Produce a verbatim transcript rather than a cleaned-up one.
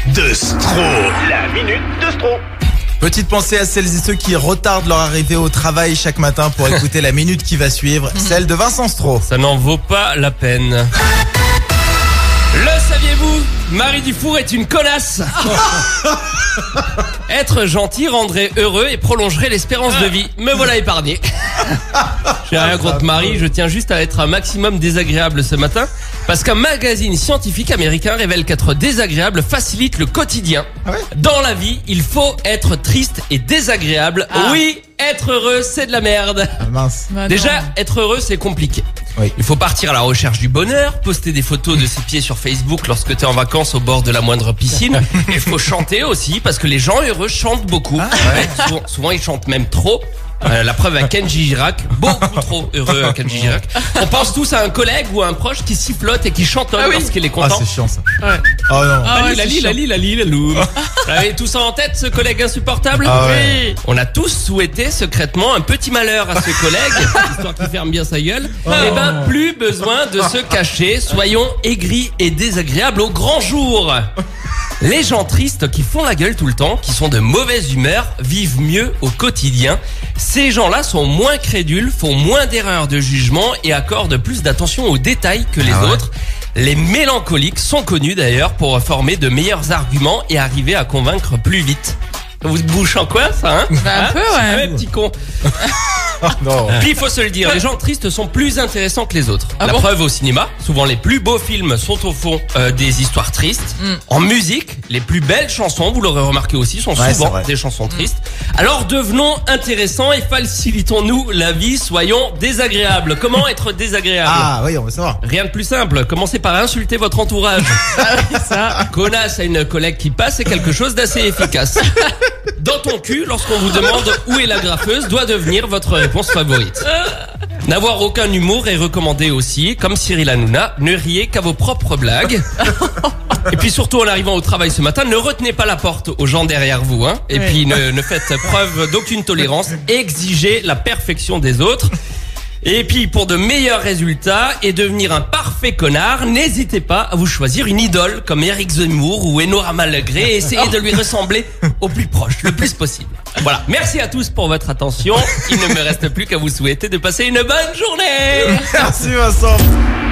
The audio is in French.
de Stro. La minute de Stro. Petite pensée à celles et ceux qui retardent leur arrivée au travail chaque matin pour écouter la minute qui va suivre, celle de Vincent Stro. Ça n'en vaut pas la peine. Le saviez-vous ? Marie Dufour est une connasse. Être gentil rendrait heureux et prolongerait l'espérance de vie. Me voilà épargné. J'ai rien contre Marie, je tiens juste à être un maximum désagréable ce matin parce qu'un magazine scientifique américain révèle qu'être désagréable facilite le quotidien. Ah ouais ? Dans la vie, il faut être triste et désagréable. Ah. Oui, être heureux, c'est de la merde. Ah, mince. Bah Déjà, non. être heureux, c'est compliqué. Oui. Il faut partir à la recherche du bonheur, poster des photos de ses pieds sur Facebook lorsque t'es en vacances au bord de la moindre piscine. Il faut chanter aussi, parce que les gens heureux chantent beaucoup. Ouais, souvent, souvent, ils chantent même trop. Euh, la preuve à Kenji Girac, beaucoup trop heureux à Kenji Girac. On pense tous à un collègue ou à un proche qui sifflote et qui chantonne Ah oui. lorsqu'il est Ah, content. c'est chiant ça. Ouais. Oh non. Ah ouais, Lali, c'est Lali, Lali, Lali, Lalou. Vous avez tout ça en tête, ce collègue insupportable? Ah ouais. On a tous souhaité secrètement un petit malheur à ce collègue, histoire qu'il ferme bien sa gueule. Eh ben, plus besoin de se cacher. Soyons aigris et désagréables au grand jour. Les gens tristes qui font la gueule tout le temps, qui sont de mauvaise humeur, vivent mieux au quotidien. Ces gens-là sont moins crédules, font moins d'erreurs de jugement et accordent plus d'attention aux détails que les Ah ouais. autres. Les mélancoliques sont connus d'ailleurs pour former de meilleurs arguments et arriver à convaincre plus vite. Vous bouche en quoi ça, hein? Bah, un Hein peu, ouais. Ah ouais, petit con. Non. Puis il faut se le dire, les gens tristes sont plus intéressants que les autres. Ah La bon preuve au cinéma, souvent les plus beaux films sont au fond euh, des histoires tristes. Mm. En musique, les plus belles chansons, vous l'aurez remarqué aussi, sont Ouais, c'est souvent vrai. des chansons tristes. Alors devenons intéressants et facilitons-nous la vie, soyons désagréables. Comment être désagréable? Ah oui, on veut savoir. Rien de plus simple, commencez par insulter votre entourage. Ça, connasse à une collègue qui passe, c'est quelque chose d'assez efficace. Dans ton cul, lorsqu'on vous demande où est la graffeuse, doit devenir votre réponse favorite. N'avoir aucun humour est recommandé aussi, comme Cyril Hanouna, ne riez qu'à vos propres blagues. Et puis surtout en arrivant au travail ce matin, ne retenez pas la porte aux gens derrière vous, hein. Et Oui. puis ne, ne faites preuve d'aucune tolérance, exigez la perfection des autres. Et puis pour de meilleurs résultats et devenir un parfait connard, n'hésitez pas à vous choisir une idole comme Eric Zemmour ou Enora Malgré et essayez de lui ressembler au plus proche, le plus possible. Voilà, merci à tous pour votre attention. Il ne me reste plus qu'à vous souhaiter de passer une bonne journée. Merci Vincent.